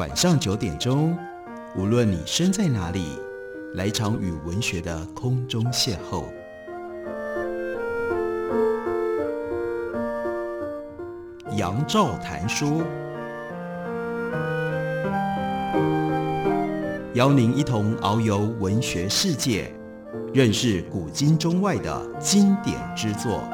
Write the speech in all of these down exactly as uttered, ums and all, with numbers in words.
晚上九点钟，无论你身在哪里，来场与文学的空中邂逅。杨照谈书，邀您一同遨游文学世界，认识古今中外的经典之作。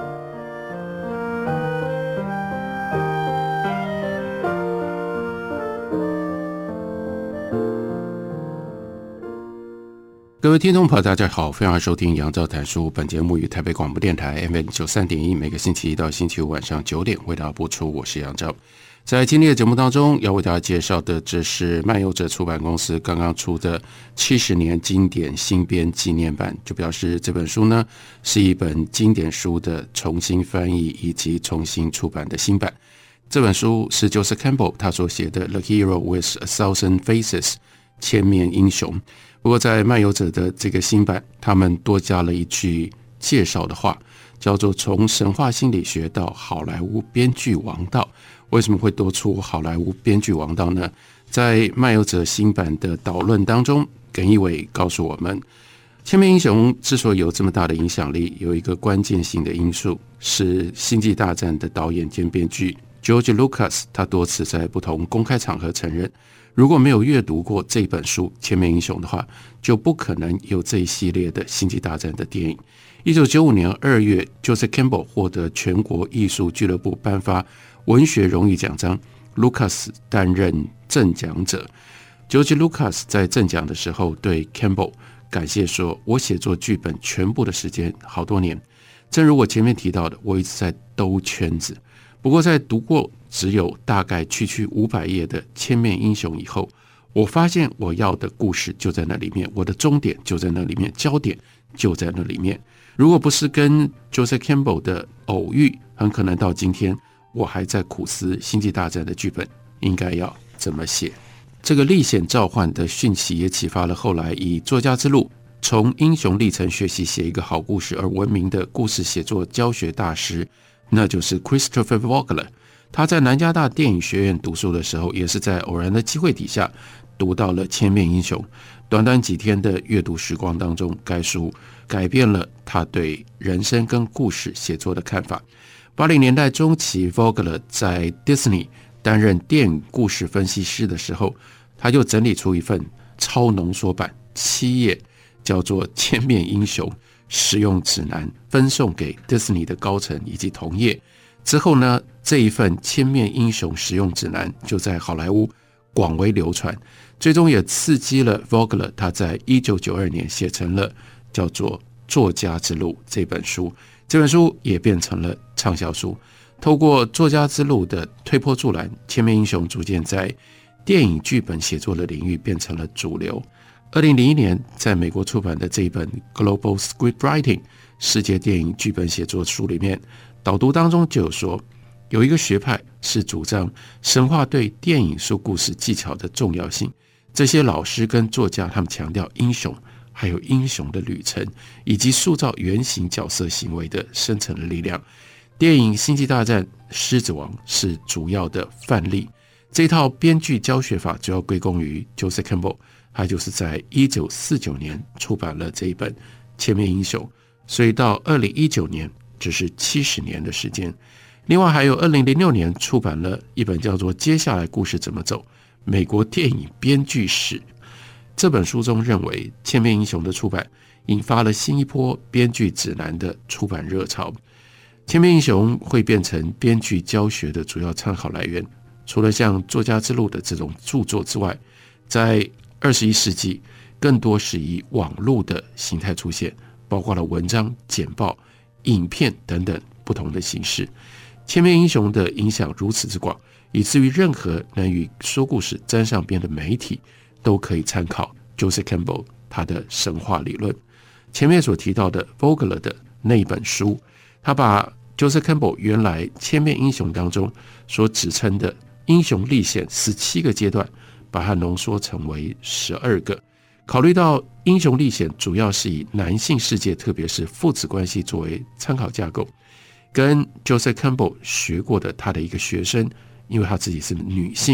各位听众朋友大家好，欢迎收听杨照谈书，本节目于台北广播电台 F M 九十三点一， 每个星期一到星期五晚上九点为大家播出，我是杨照。在今天的节目当中要为大家介绍的，这是漫游者出版公司刚刚出的七十年经典新编纪念版，就表示这本书呢是一本经典书的重新翻译以及重新出版的新版。这本书是 Joseph Campbell 他所写的 The Hero with a Thousand Faces 千面英雄。不过在漫游者的这个新版，他们多加了一句介绍的话，叫做从神话心理学到好莱坞编剧王道。为什么会多出好莱坞编剧王道呢？在漫游者新版的导论当中，耿一伟告诉我们，千面英雄之所以有这么大的影响力，有一个关键性的因素是星际大战的导演兼编剧 George Lucas， 他多次在不同公开场合承认，如果没有阅读过这本书《千面英雄》的话，就不可能有这一系列的星际大战的电影。一九九五年二月 Joseph Campbell 获得全国艺术俱乐部颁发文学荣誉奖章， Lucas 担任正讲者。 George Lucas 在正讲的时候对 Campbell 感谢说，我写作剧本全部的时间好多年，正如我前面提到的，我一直在兜圈子，不过在读过只有大概区区五百页的千面英雄以后，我发现我要的故事就在那里面，我的终点就在那里面，焦点就在那里面。如果不是跟 Joseph Campbell 的偶遇，很可能到今天我还在苦思星际大战的剧本应该要怎么写。这个历险召唤的讯息也启发了后来以作家之路从英雄历程学习写一个好故事而闻名的故事写作教学大师，那就是 Christopher Vogler。 他在南加大电影学院读书的时候，也是在偶然的机会底下读到了千面英雄。短短几天的阅读时光当中，该书改变了他对人生跟故事写作的看法。八零年代中期 Vogler 在 Disney 担任电影故事分析师的时候，他就整理出一份超浓缩版七页，叫做《千面英雄实用指南》，分送给 Disney 的高层以及同业。之后呢，这一份《千面英雄实用指南》就在好莱坞广为流传，最终也刺激了 Vogler 他在一九九二年写成了叫做《作家之路》这本书。这本书也变成了畅销书。透过作家之路的推波助澜，千面英雄逐渐在电影剧本写作的领域变成了主流。二零零一年在美国出版的这一本 Global Scriptwriting 世界电影剧本写作书里面，导读当中就有说，有一个学派是主张深化对电影说故事技巧的重要性。这些老师跟作家他们强调英雄还有英雄的旅程，以及塑造原型角色行为的深层的力量。电影《星际大战：狮子王》是主要的范例。这套编剧教学法主要归功于 Joseph Campbell， 他就是在一九四九年出版了这一本《千面英雄》，所以到二零一九年只是七十年的时间。另外还有二零零六年出版了一本叫做《接下来故事怎么走：美国电影编剧史》。这本书中认为，千面英雄的出版引发了新一波编剧指南的出版热潮。千面英雄会变成编剧教学的主要参考来源，除了像作家之路的这种著作之外，在二十一世纪更多是以网络的形态出现，包括了文章、简报、影片等等不同的形式。千面英雄的影响如此之广，以至于任何能与说故事沾上边的媒体都可以参考 Joseph Campbell 他的神话理论。前面所提到的 Vogler 的那一本书，他把 Joseph Campbell 原来千面英雄当中所指称的英雄历险十七个阶段，把它浓缩成为十二个。考虑到英雄历险主要是以男性世界，特别是父子关系作为参考架构，跟 Joseph Campbell 学过的他的一个学生，因为他自己是女性，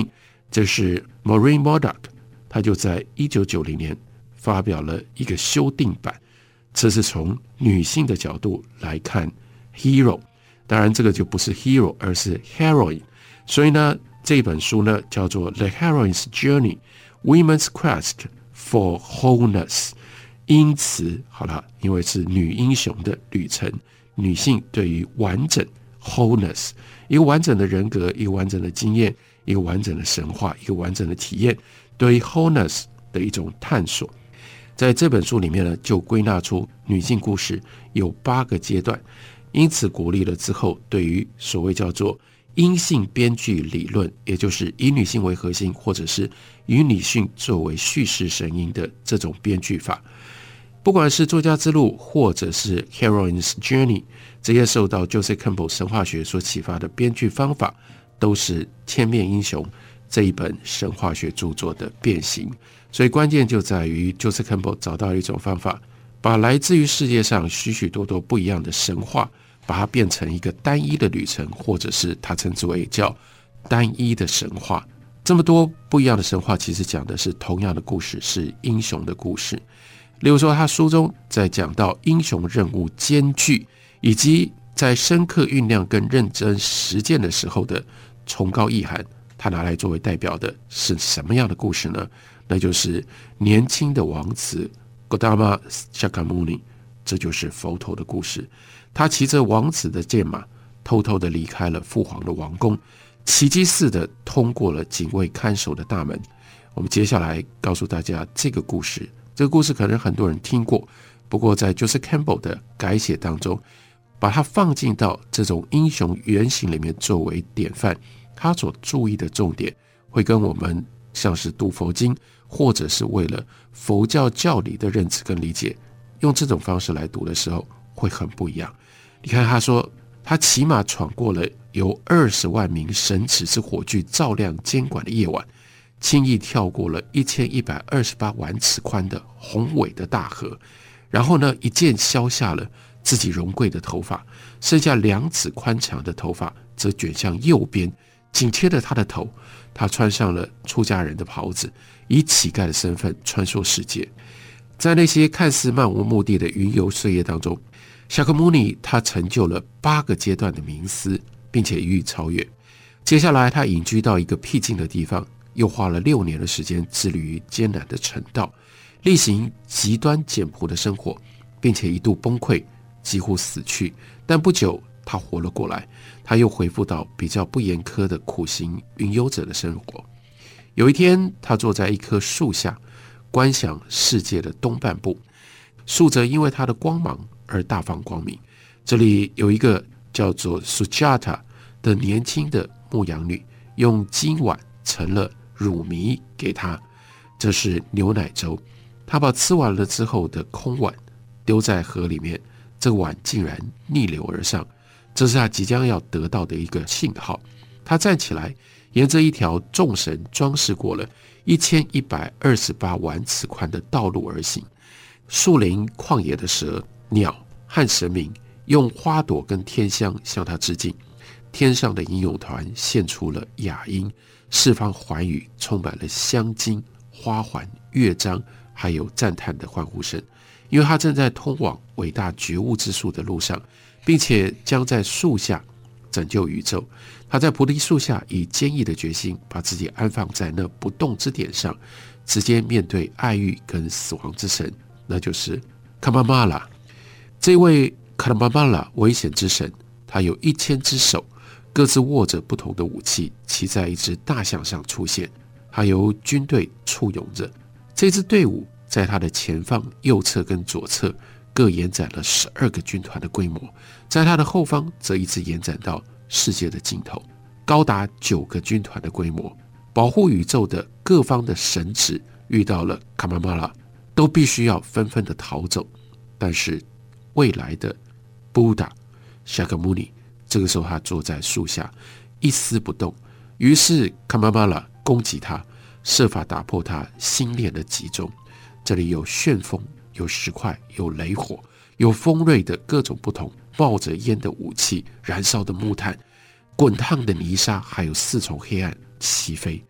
这是 Maureen Murdoch， 他就在一九九零年发表了一个修订版，这是从女性的角度来看 hero， 当然这个就不是 hero 而是 heroine， 所以呢这本书呢叫做 The Heroine's Journey Women's Quest for Wholeness， 因此好了，因为是女英雄的旅程，女性对于完整 wholeness， 一个完整的人格，一个完整的经验，一个完整的神话，一个完整的体验，对于 wholeness 的一种探索。在这本书里面呢，就归纳出女性故事有八个阶段，因此鼓励了之后对于所谓叫做阴性编剧理论，也就是以女性为核心，或者是以女性作为叙事神音的这种编剧法。不管是作家之路，或者是 Heroine's Journey， 这些受到 Joseph Campbell 神话学所启发的编剧方法，都是千面英雄这一本神话学著作的变形。所以关键就在于 Joseph Campbell 找到一种方法，把来自于世界上许许多多不一样的神话，把它变成一个单一的旅程，或者是他称之为叫单一的神话。这么多不一样的神话其实讲的是同样的故事，是英雄的故事。例如说他书中在讲到英雄任务艰巨，以及在深刻酝酿跟认真实践的时候的崇高意涵，他拿来作为代表的是什么样的故事呢？那就是年轻的王子 Gautama Shakyamuni， 这就是佛陀的故事。他骑着王子的剑马，偷偷地离开了父皇的王宫，奇迹似的通过了警卫看守的大门。我们接下来告诉大家这个故事，这个故事可能很多人听过，不过在 Joseph Campbell 的改写当中，把它放进到这种英雄原型里面作为典范，他所注意的重点会跟我们像是读佛经，或者是为了佛教教理的认知跟理解，用这种方式来读的时候会很不一样。你看他说，他骑马闯过了由二十万名神祇之火炬照亮监管的夜晚，轻易跳过了一千一百二十八万尺宽的宏伟的大河，然后呢，一剑削下了自己荣贵的头发，剩下两指宽长的头发则卷向右边，紧贴着他的头。他穿上了出家人的袍子，以乞丐的身份穿梭世界。在那些看似漫无目的的云游岁月当中，夏克穆尼他成就了八个阶段的冥思，并且予以超越。接下来他隐居到一个僻静的地方，又花了六年的时间致力于艰难的成道，例行极端简朴的生活，并且一度崩溃，几乎死去。但不久他活了过来，他又恢复到比较不严苛的苦行云游者的生活。有一天，他坐在一棵树下，观想世界的东半部，树则因为它的光芒而大放光明。这里有一个叫做 Sujata 的年轻的牧羊女，用金碗盛了乳糜给他，这是牛奶粥。他把吃完了之后的空碗丢在河里面，这个碗竟然逆流而上，这是他即将要得到的一个信号。他站起来，沿着一条众神装饰过了一千一百二十八万尺宽的道路而行。树林旷野的蛇、鸟和神明用花朵跟天香向他致敬。天上的吟咏团献出了雅音，四方寰宇充满了香精、花环、乐章，还有赞叹的欢呼声。因为他正在通往伟大觉悟之树的路上，并且将在树下拯救宇宙。他在菩提树下以坚毅的决心，把自己安放在那不动之点上，直接面对爱欲跟死亡之神，那就是卡玛玛拉。这位卡玛玛拉危险之神，他有一千只手，各自握着不同的武器，骑在一只大象上出现。他由军队簇拥着，这支队伍在他的前方、右侧跟左侧各延展了十二个军团的规模，在他的后方则一直延展到世界的尽头，高达九个军团的规模。保护宇宙的各方的神祇遇到了卡玛玛拉，都必须要纷纷的逃走。但是未来的 Buddha Shakyamuni 这个时候他坐在树下一丝不动，于是卡玛玛拉攻击他，设法打破他心念的集中。这里有旋风，有石块，有雷火，有锋锐的各种不同冒着烟的武器，燃烧的木炭，滚烫的泥沙，还有四重黑暗齐飞。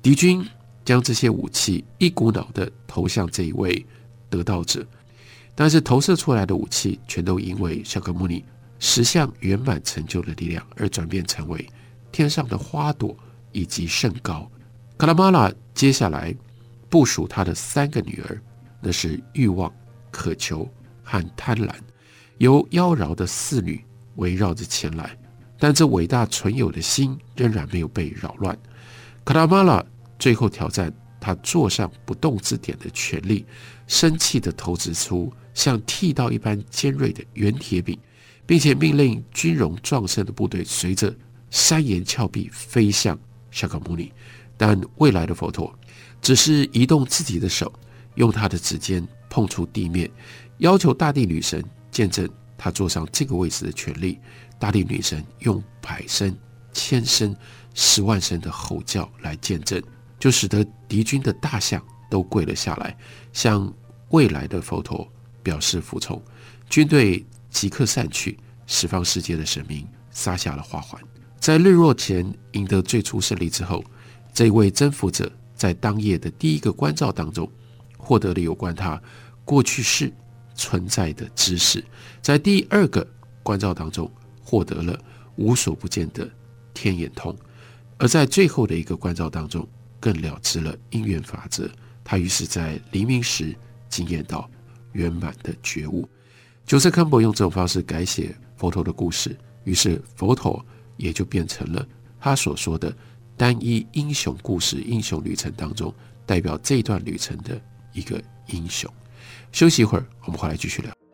敌军将这些武器一股脑地投向这一位得道者，但是投射出来的武器全都因为夏克穆尼实相圆满成就的力量而转变成为天上的花朵以及圣膏。卡拉玛拉接下来部署他的三个女儿，那是欲望、渴求和贪婪，由妖娆的侍女围绕着前来，但这伟大存有的心仍然没有被扰乱。卡拉玛拉最后挑战他坐上不动之点的权力，生气地投掷出像剃刀一般尖锐的圆铁柄，并且命令军容壮盛的部队随着山岩峭壁飞向夏卡穆尼。但未来的佛陀只是移动自己的手，用他的指尖碰触地面，要求大地女神见证他坐上这个位置的权利。大地女神用百声、千声、十万声的吼叫来见证，就使得敌军的大象都跪了下来，向未来的佛陀表示服从。军队即刻散去，十方世界的神明撒下了花环。在日落前赢得最初胜利之后，这位征服者在当夜的第一个关照当中获得了有关他过去世存在的知识，在第二个关照当中获得了无所不见的天眼通，而在最后的一个关照当中更了知了因缘法则。他于是在黎明时经验到圆满的觉悟。Joseph Campbell用这种方式改写佛陀的故事，于是佛陀也就变成了他所说的单一英雄故事、英雄旅程当中代表这一段旅程的一个英雄。休息一会儿，我们回来继续聊。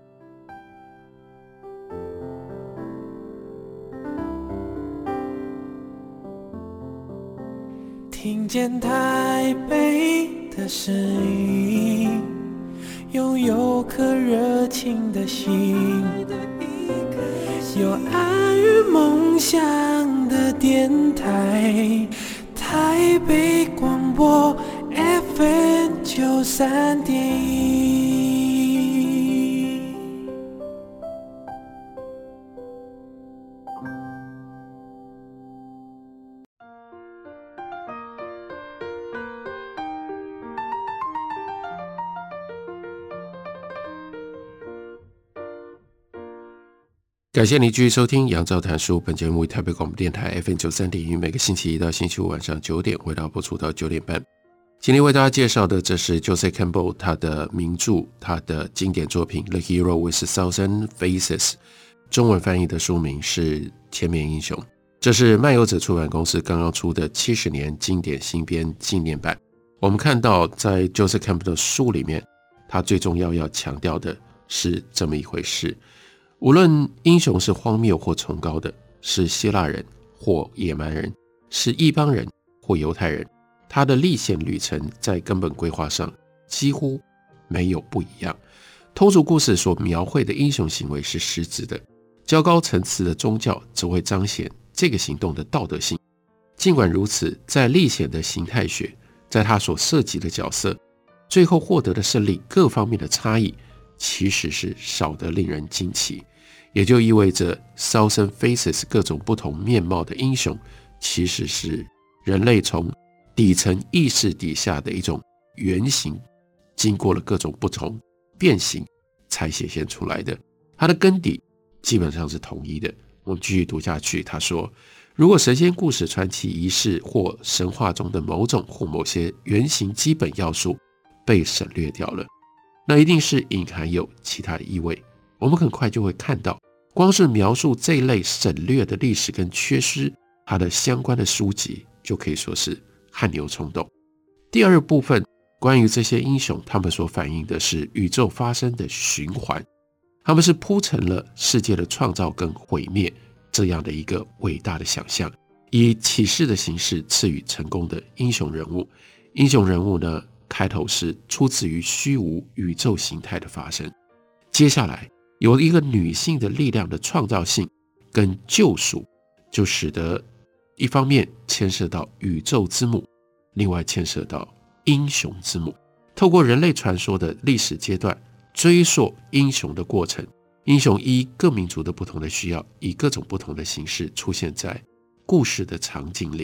听见台北的声音，拥有颗热情的心，有爱与梦想的电台，台北广播 F M 九三点一。 感谢你继续收听杨照谈书，本节目为台北广播电台 F M 九三点一，每个星期一到星期五晚上九点回到播出到九点半。今天为大家介绍的这是 Joseph Campbell 他的名著，他的经典作品 The Hero with Thousand Faces， 中文翻译的书名是千面英雄。这是漫游者出版公司刚刚出的七十年经典新编纪念版。我们看到在 Joseph Campbell 的书里面，他最重要要强调的是这么一回事：无论英雄是荒谬或崇高的，是希腊人或野蛮人，是异邦人或犹太人，他的历险旅程在根本规划上几乎没有不一样。通俗故事所描绘的英雄行为是实质的，较高层次的宗教只会彰显这个行动的道德性。尽管如此，在历险的形态学，在他所涉及的角色最后获得的胜利各方面的差异，其实是少得令人惊奇。也就意味着 Thousand Faces 各种不同面貌的英雄，其实是人类从底层意识底下的一种原型，经过了各种不同变形才显现出来的。它的根底基本上是统一的。我们继续读下去，他说，如果神仙故事、传奇仪式或神话中的某种或某些原型基本要素被省略掉了，那一定是隐含有其他的意味。我们很快就会看到，光是描述这一类省略的历史跟缺失，它的相关的书籍就可以说是汗牛充栋。第二部分关于这些英雄，他们所反映的是宇宙发生的循环，他们是铺陈了世界的创造跟毁灭这样的一个伟大的想象，以启示的形式赐予成功的英雄人物。英雄人物呢，开头是出自于虚无宇宙形态的发生，接下来有一个女性的力量的创造性跟救赎，就使得一方面牵涉到宇宙之母，另外牵涉到英雄之母。透过人类传说的历史阶段，追溯英雄的过程，英雄依各民族的不同的需要，以各种不同的形式出现在故事的场景里。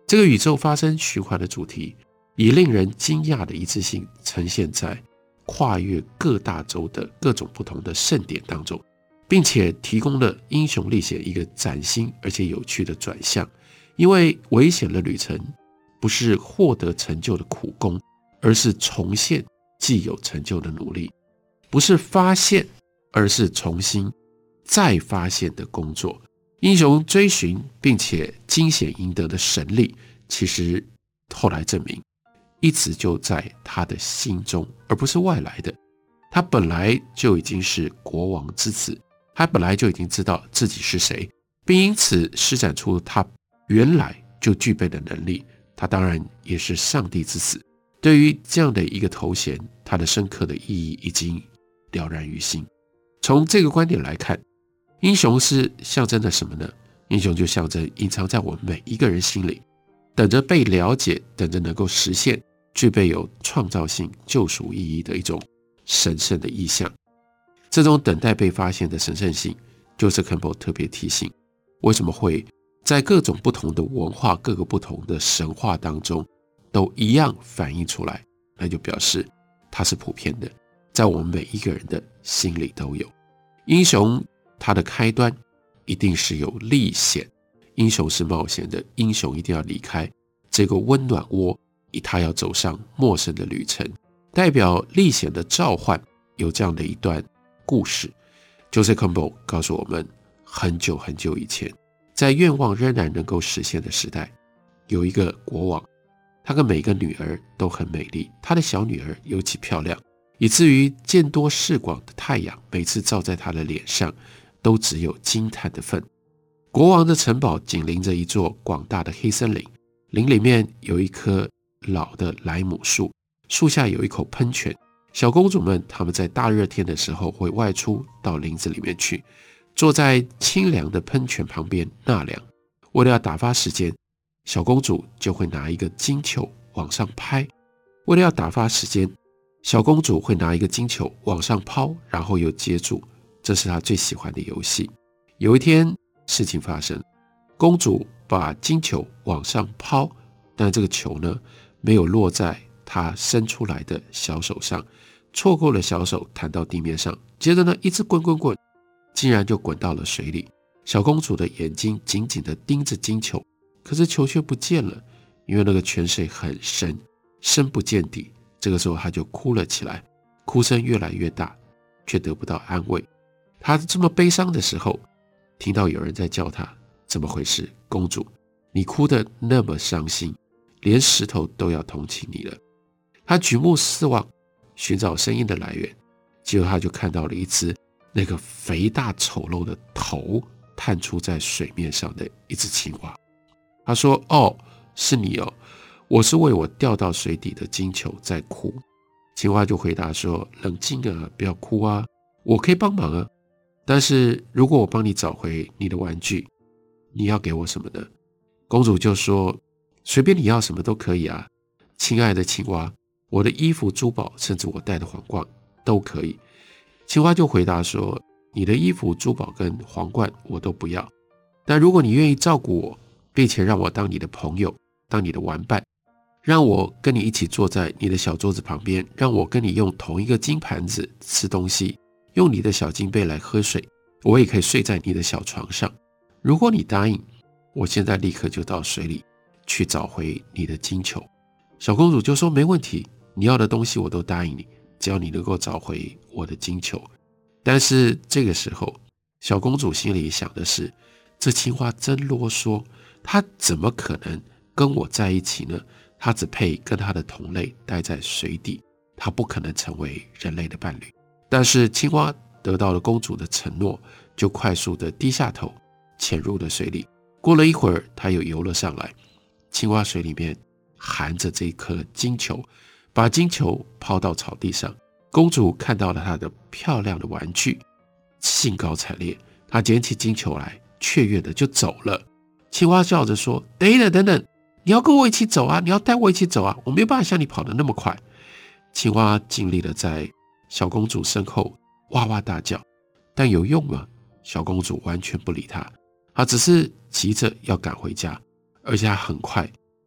这个宇宙发生循环的主题，以令人惊讶的一致性呈现在跨越各大洲的各种不同的盛典当中，并且提供了英雄历险一个崭新而且有趣的转向。因为危险的旅程不是获得成就的苦功，而是重现既有成就的努力；不是发现，而是重新再发现的工作。英雄追寻并且惊险赢得的神力，其实后来证明一直就在他的心中，而不是外来的。他本来就已经是国王之子，他本来就已经知道自己是谁，并因此施展出他原来就具备的能力。他当然也是上帝之子，对于这样的一个头衔，他的深刻的意义已经了然于心。从这个观点来看，英雄是象征着什么呢？英雄就象征隐藏在我们每一个人心里，等着被了解，等着能够实现，具备有创造性救赎意义的一种神圣的意象。这种等待被发现的神圣性，就是 Campbell 特别提醒，为什么会在各种不同的文化、各个不同的神话当中都一样反映出来，那就表示它是普遍的，在我们每一个人的心里都有。英雄它的开端一定是有历险，英雄是冒险的，英雄一定要离开这个温暖窝，以他要走上陌生的旅程。代表历险的召唤有这样的一段故事， Joseph Campbell 告诉我们，很久很久以前，在愿望仍然能够实现的时代，有一个国王，他跟每个女儿都很美丽，他的小女儿尤其漂亮，以至于见多识广的太阳每次照在他的脸上都只有惊叹的份。国王的城堡紧邻着一座广大的黑森林，林里面有一棵老的莱姆树，树下有一口喷泉。小公主们她们在大热天的时候会外出到林子里面去，坐在清凉的喷泉旁边纳凉。为了要打发时间，小公主就会拿一个金球往上拍。为了要打发时间，小公主会拿一个金球往上抛，然后又接住，这是她最喜欢的游戏。有一天事情发生，公主把金球往上抛，但这个球呢没有落在她伸出来的小手上，错过了小手弹到地面上，接着呢一直滚滚滚，竟然就滚到了水里。小公主的眼睛紧紧地盯着金球，可是球却不见了，因为那个泉水很深，深不见底。这个时候她就哭了起来，哭声越来越大，却得不到安慰。她这么悲伤的时候，听到有人在叫她，怎么回事？公主，你哭得那么伤心，连石头都要同情你了。她举目四望，寻找声音的来源，结果她就看到了一只那个肥大丑陋的头探出在水面上的一只青蛙。她说，哦，是你哦，我是为我掉到水底的金球在哭。青蛙就回答说，冷静啊，不要哭啊，我可以帮忙啊，但是如果我帮你找回你的玩具，你要给我什么呢？公主就说，随便你要什么都可以啊，亲爱的青蛙，我的衣服、珠宝，甚至我戴的皇冠都可以。青蛙就回答说，你的衣服、珠宝跟皇冠我都不要，但如果你愿意照顾我，并且让我当你的朋友，当你的玩伴，让我跟你一起坐在你的小桌子旁边，让我跟你用同一个金盘子吃东西，用你的小金杯来喝水，我也可以睡在你的小床上。如果你答应，我现在立刻就到水里去找回你的金球。小公主就说，没问题，你要的东西我都答应你，只要你能够找回我的金球。但是这个时候，小公主心里想的是，这青蛙真啰嗦，她怎么可能跟我在一起呢？她只配跟她的同类待在水底，她不可能成为人类的伴侣。但是青蛙得到了公主的承诺，就快速的低下头潜入了水里。过了一会儿，它又游了上来，青蛙水里面含着这颗金球，把金球抛到草地上。公主看到了她的漂亮的玩具，兴高采烈，她捡起金球来，雀跃的就走了。青蛙叫着说，等等等等，你要跟我一起走啊，你要带我一起走啊，我没有办法像你跑得那么快。青蛙尽力的在小公主身后哇哇大叫，但有用吗？小公主完全不理她，她只是急着要赶回家，而且她很快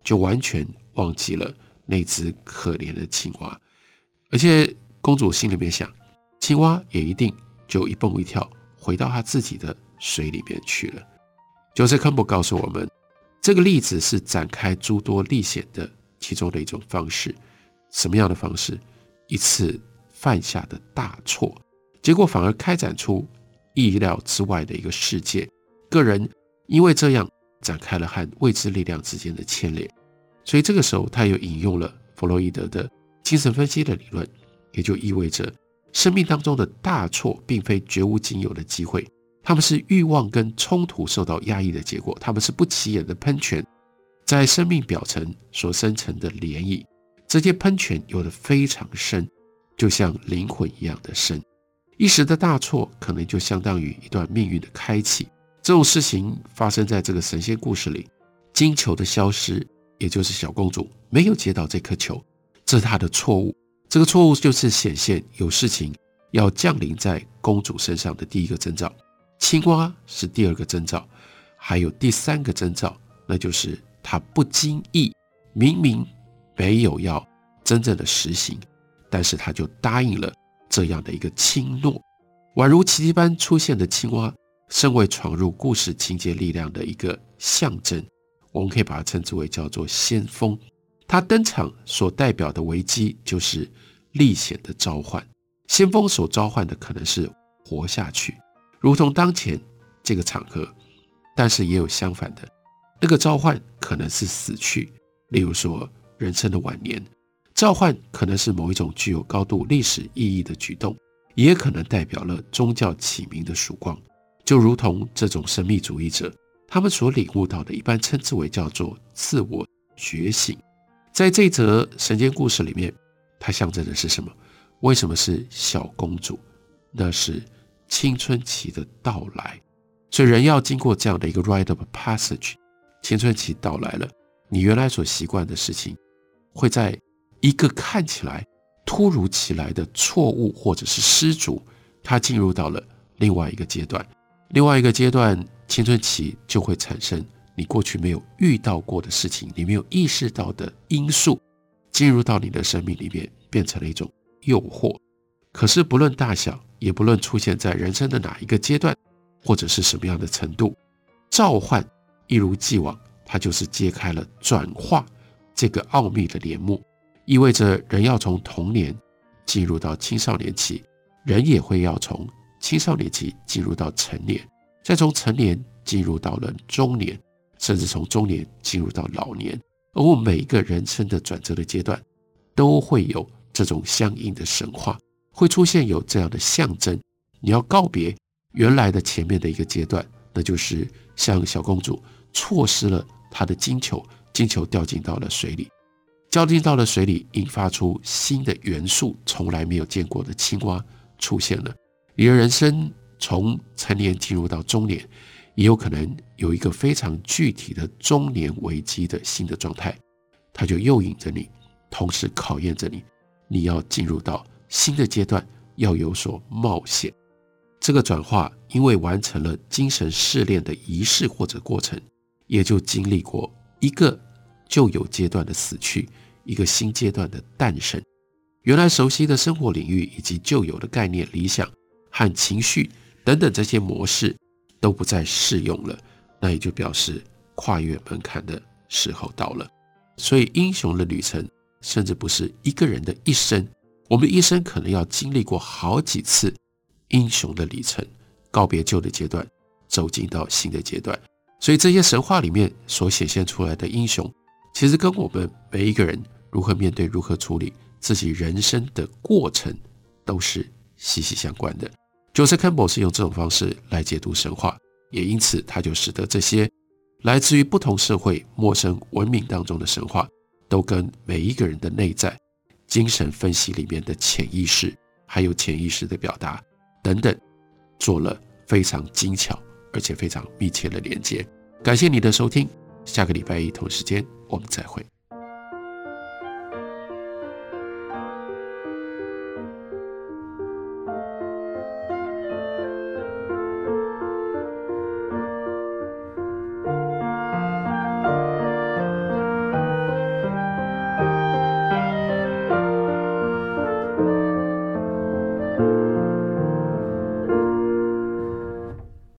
就完全忘记了那只可怜的青蛙。而且公主心里面想，青蛙也一定就一蹦一跳回到她自己的水里面去了。Joseph Campbell 告诉我们，这个例子是展开诸多历险的其中的一种方式。什么样的方式？一次犯下的大错，结果反而开展出意料之外的一个世界。个人因为这样展开了和未知力量之间的牵连。所以这个时候他又引用了弗洛伊德的精神分析的理论，也就意味着生命当中的大错并非绝无仅有的机会，他们是欲望跟冲突受到压抑的结果，他们是不起眼的喷泉在生命表层所生成的涟漪。这些喷泉有的非常深，就像灵魂一样的深。一时的大错可能就相当于一段命运的开启。这种事情发生在这个神仙故事里，金球的消失，也就是小公主没有接到这颗球，这是她的错误。这个错误就是显现有事情要降临在公主身上的第一个征兆。青蛙是第二个征兆，还有第三个征兆，那就是她不经意，明明没有要真正的实行，但是她就答应了这样的一个轻诺。宛如奇迹般出现的青蛙，身为闯入故事情节力量的一个象征，我们可以把它称之为叫做先锋。它登场所代表的危机就是历险的召唤。先锋所召唤的可能是活下去，如同当前这个场合，但是也有相反的，那个召唤可能是死去，例如说人生的晚年。召唤可能是某一种具有高度历史意义的举动，也可能代表了宗教启明的曙光，就如同这种神秘主义者他们所领悟到的，一般称之为叫做自我觉醒。在这则神间故事里面，它象征的是什么？为什么是小公主？那是青春期的到来。所以人要经过这样的一个 rite of passage， 青春期到来了，你原来所习惯的事情会在一个看起来突如其来的错误或者是失足，它进入到了另外一个阶段。另外一个阶段，青春期就会产生你过去没有遇到过的事情，你没有意识到的因素进入到你的生命里面，变成了一种诱惑。可是不论大小，也不论出现在人生的哪一个阶段或者是什么样的程度，召唤一如既往，它就是揭开了转化这个奥秘的帘幕。意味着人要从童年进入到青少年期，人也会要从青少年期进入到成年，再从成年进入到了中年，甚至从中年进入到老年。而我每一个人生的转折的阶段都会有这种相应的神话，会出现有这样的象征。你要告别原来的前面的一个阶段，那就是像小公主错失了她的金球，金球掉进到了水里，掉进到了水里，引发出新的元素，从来没有见过的青蛙出现了。你的人生从成年进入到中年，也有可能有一个非常具体的中年危机的新的状态，它就诱引着你，同时考验着你，你要进入到新的阶段，要有所冒险。这个转化因为完成了精神试炼的仪式或者过程，也就经历过一个旧有阶段的死去，一个新阶段的诞生。原来熟悉的生活领域以及旧有的概念、理想和情绪等等这些模式都不再适用了，那也就表示跨越门槛的时候到了。所以英雄的旅程甚至不是一个人的一生，我们一生可能要经历过好几次英雄的里程，告别旧的阶段，走进到新的阶段。所以这些神话里面所显现出来的英雄，其实跟我们每一个人如何面对、如何处理自己人生的过程都是息息相关的。Joseph Campbell 是用这种方式来解读神话，也因此他就使得这些来自于不同社会、陌生文明当中的神话，都跟每一个人的内在、精神分析里面的潜意识，还有潜意识的表达等等，做了非常精巧而且非常密切的连接。感谢你的收听，下个礼拜一同时间我们再会。